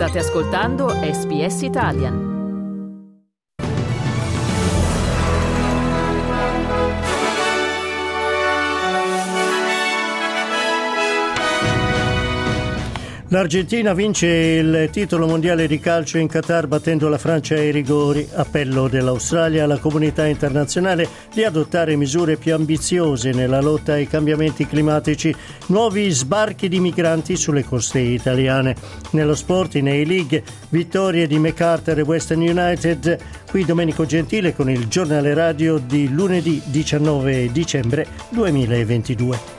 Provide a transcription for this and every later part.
State ascoltando SBS Italian. L'Argentina vince il titolo mondiale di calcio in Qatar battendo la Francia ai rigori. Appello dell'Australia alla comunità internazionale di adottare misure più ambiziose nella lotta ai cambiamenti climatici. Nuovi sbarchi di migranti sulle coste italiane. Nello sport, in A-League, vittorie di MacArthur e Western United. Qui Domenico Gentile con il giornale radio di lunedì 19 dicembre 2022.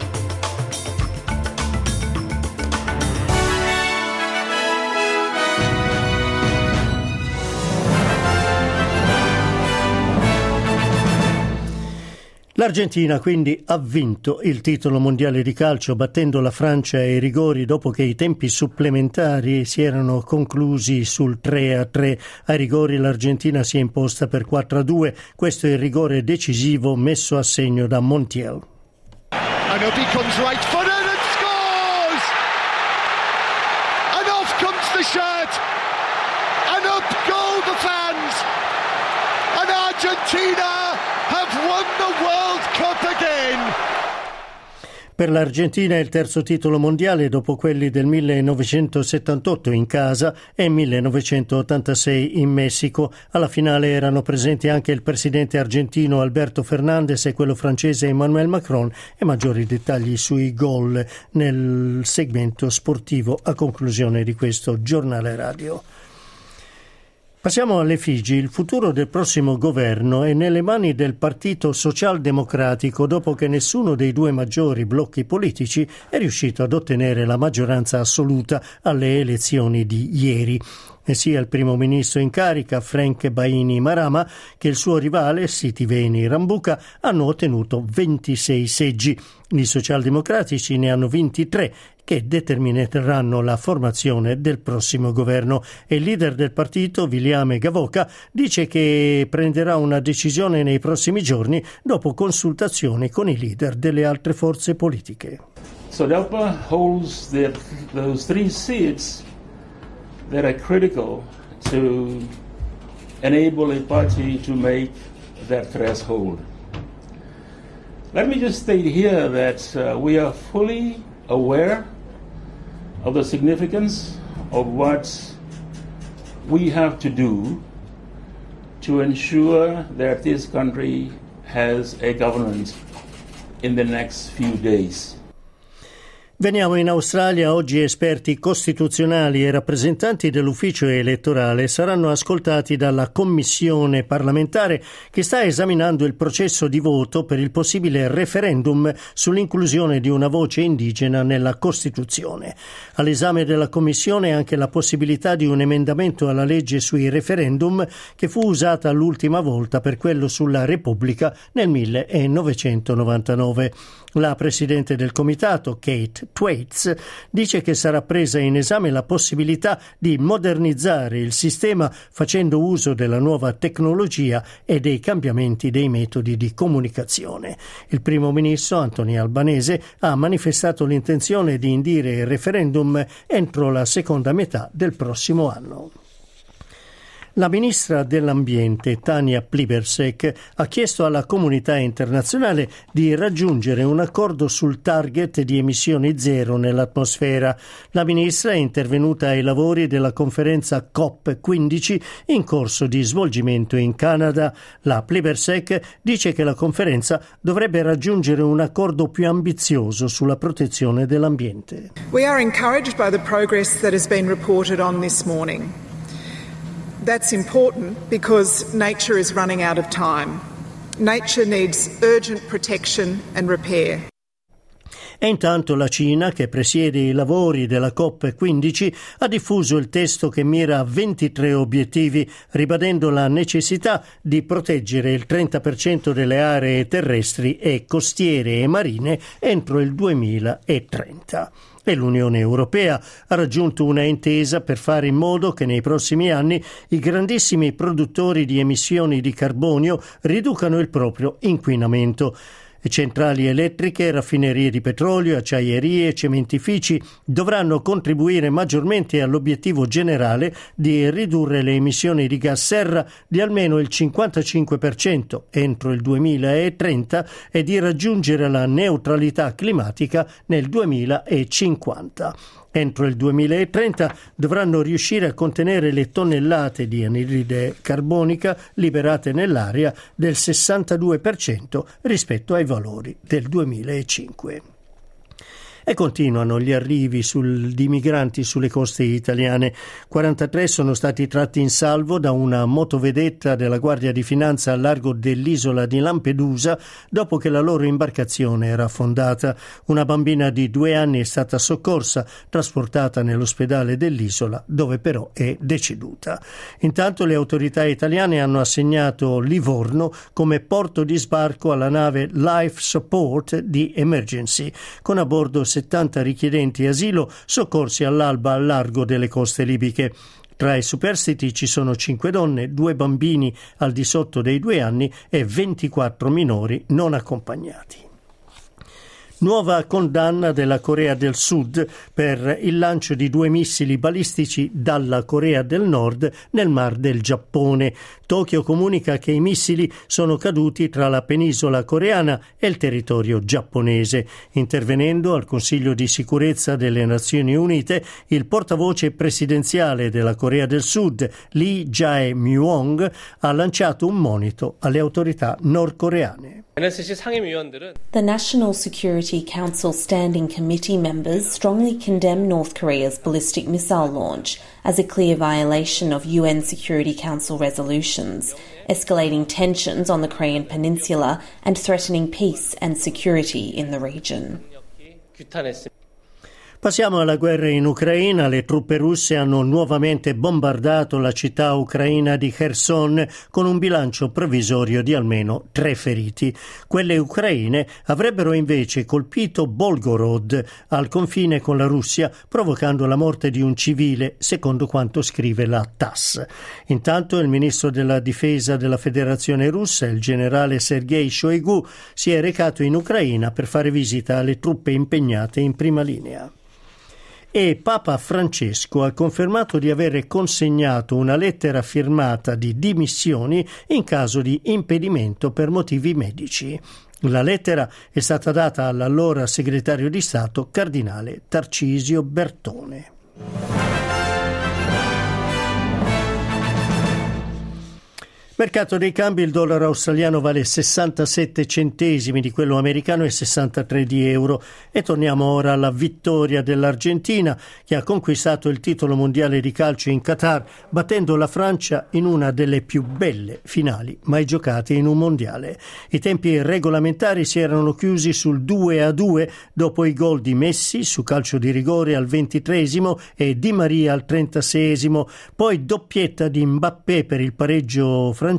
L'Argentina quindi ha vinto il titolo mondiale di calcio battendo la Francia ai rigori dopo che i tempi supplementari si erano conclusi sul 3-3. Ai rigori l'Argentina si è imposta per 4-2. Questo è il rigore decisivo messo a segno da Montiel. And up he comes right footed and scores! And off comes the shirt! And up go the fans! And Argentina have won the World Cup again! Per l'Argentina è il terzo titolo mondiale dopo quelli del 1978 in casa e 1986 in Messico. Alla finale erano presenti anche il presidente argentino Alberto Fernández e quello francese Emmanuel Macron, e maggiori dettagli sui gol nel segmento sportivo a conclusione di questo giornale radio. Passiamo alle Figi. Il futuro del prossimo governo è nelle mani del Partito Socialdemocratico dopo che nessuno dei due maggiori blocchi politici è riuscito ad ottenere la maggioranza assoluta alle elezioni di ieri. E sia il primo ministro in carica, Frank Bainimarama, che il suo rivale, Sitiveni Rabuka, hanno ottenuto 26 seggi. I socialdemocratici ne hanno vinti 3, che determineranno la formazione del prossimo governo. E il leader del partito, Viliame Gavoka, dice che prenderà una decisione nei prossimi giorni dopo consultazioni con i leader delle altre forze politiche. SODELPA holds those 3 seats that are critical to enable a party to make that threshold. Let me just state here that we are fully aware of the significance of what we have to do to ensure that this country has a government in the next few days. Veniamo in Australia. Oggi esperti costituzionali e rappresentanti dell'ufficio elettorale saranno ascoltati dalla commissione parlamentare che sta esaminando il processo di voto per il possibile referendum sull'inclusione di una voce indigena nella Costituzione. All'esame della commissione anche la possibilità di un emendamento alla legge sui referendum che fu usata l'ultima volta per quello sulla Repubblica nel 1999. La presidente del comitato, Kate Thwaites, dice che sarà presa in esame la possibilità di modernizzare il sistema facendo uso della nuova tecnologia e dei cambiamenti dei metodi di comunicazione. Il primo ministro, Anthony Albanese, ha manifestato l'intenzione di indire il referendum entro la seconda metà del prossimo anno. La ministra dell'Ambiente, Tanja Plibersek, ha chiesto alla comunità internazionale di raggiungere un accordo sul target di emissioni zero nell'atmosfera. La ministra è intervenuta ai lavori della conferenza COP15 in corso di svolgimento in Canada. La Plibersek dice che la conferenza dovrebbe raggiungere un accordo più ambizioso sulla protezione dell'ambiente. We are encouraged by the progress that has been reported on this morning. That's important because nature is running out of time. Nature needs urgent protection and repair. E intanto la Cina, che presiede i lavori della COP15, ha diffuso il testo che mira a 23 obiettivi, ribadendo la necessità di proteggere il 30% delle aree terrestri e costiere e marine entro il 2030. E l'Unione Europea ha raggiunto una intesa per fare in modo che nei prossimi anni i grandissimi produttori di emissioni di carbonio riducano il proprio inquinamento. Centrali elettriche, raffinerie di petrolio, acciaierie, cementifici dovranno contribuire maggiormente all'obiettivo generale di ridurre le emissioni di gas serra di almeno il 55% entro il 2030 e di raggiungere la neutralità climatica nel 2050. Entro il 2030 dovranno riuscire a contenere le tonnellate di anidride carbonica liberate nell'aria del 62% rispetto ai valori del 2005. E continuano gli arrivi di migranti sulle coste italiane. 43 sono stati tratti in salvo da una motovedetta della Guardia di Finanza al largo dell'isola di Lampedusa dopo che la loro imbarcazione era affondata. Una bambina di 2 anni è stata soccorsa, trasportata nell'ospedale dell'isola, dove però è deceduta. Intanto le autorità italiane hanno assegnato Livorno come porto di sbarco alla nave Life Support di Emergency, con a bordo 70 richiedenti asilo soccorsi all'alba al largo delle coste libiche. Tra i superstiti ci sono 5 donne, 2 bambini al di sotto dei 2 anni e 24 minori non accompagnati. Nuova condanna della Corea del Sud per il lancio di 2 missili balistici dalla Corea del Nord nel Mar del Giappone. Tokyo comunica che i missili sono caduti tra la penisola coreana e il territorio giapponese. Intervenendo al Consiglio di sicurezza delle Nazioni Unite, il portavoce presidenziale della Corea del Sud, Lee Jae-myung, ha lanciato un monito alle autorità nordcoreane. The National Security Council Standing Committee members strongly condemn North Korea's ballistic missile launch as a clear violation of UN Security Council resolutions, escalating tensions on the Korean peninsula and threatening peace and security in the region. Passiamo alla guerra in Ucraina. Le truppe russe hanno nuovamente bombardato la città ucraina di Kherson con un bilancio provvisorio di almeno 3 feriti. Quelle ucraine avrebbero invece colpito Volgorod al confine con la Russia, provocando la morte di un civile, secondo quanto scrive la TASS. Intanto il ministro della difesa della Federazione Russa, il generale Sergei Shoigu, si è recato in Ucraina per fare visita alle truppe impegnate in prima linea. E Papa Francesco ha confermato di avere consegnato una lettera firmata di dimissioni in caso di impedimento per motivi medici. La lettera è stata data all'allora segretario di Stato, cardinale Tarcisio Bertone. Mercato dei cambi: il dollaro australiano vale 67 centesimi di quello americano e 63 di euro. E torniamo ora alla vittoria dell'Argentina, che ha conquistato il titolo mondiale di calcio in Qatar, battendo la Francia in una delle più belle finali mai giocate in un mondiale. I tempi regolamentari si erano chiusi sul 2-2 dopo i gol di Messi su calcio di rigore al 23esimo e Di Maria al 36esimo, poi doppietta di Mbappé per il pareggio francese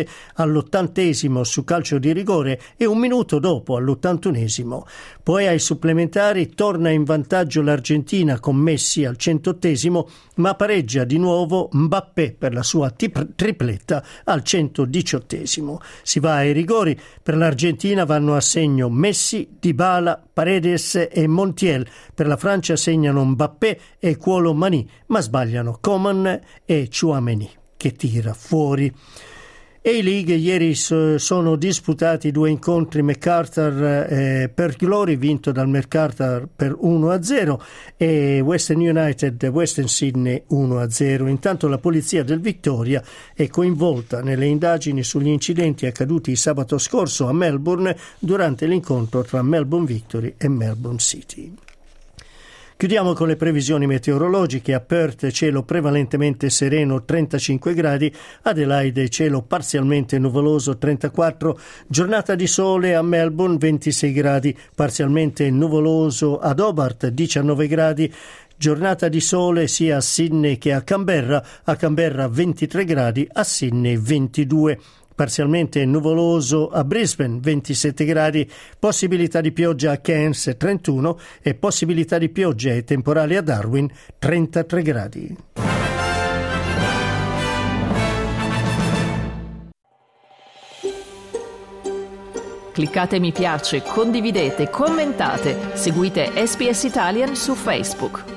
all'80esimo su calcio di rigore e un minuto dopo all'81esimo. Poi ai supplementari torna in vantaggio l'Argentina con Messi al 108esimo, ma pareggia di nuovo Mbappé per la sua tripletta al 118esimo. Si va ai rigori. Per l'Argentina vanno a segno Messi, Dybala, Paredes e Montiel. Per la Francia segnano Mbappé e Kolo Muani, ma sbagliano Coman e Tchouaméni, che tira fuori. A-League: ieri sono disputati 2 incontri. MacArthur per Glory vinto dal MacArthur per 1-0 e Western United Western Sydney 1-0. Intanto la polizia del Victoria è coinvolta nelle indagini sugli incidenti accaduti sabato scorso a Melbourne durante l'incontro tra Melbourne Victory e Melbourne City. Chiudiamo con le previsioni meteorologiche. A Perth cielo prevalentemente sereno 35 gradi, Adelaide cielo parzialmente nuvoloso 34, giornata di sole a Melbourne 26 gradi, parzialmente nuvoloso ad Hobart 19 gradi, giornata di sole sia a Sydney che a Canberra 23 gradi, a Sydney 22. Parzialmente nuvoloso a Brisbane 27 gradi, possibilità di pioggia a Cairns 31 e possibilità di pioggia e temporale a Darwin 33 gradi. cliccate mi piace, condividete, commentate, seguite SBS Italian su Facebook.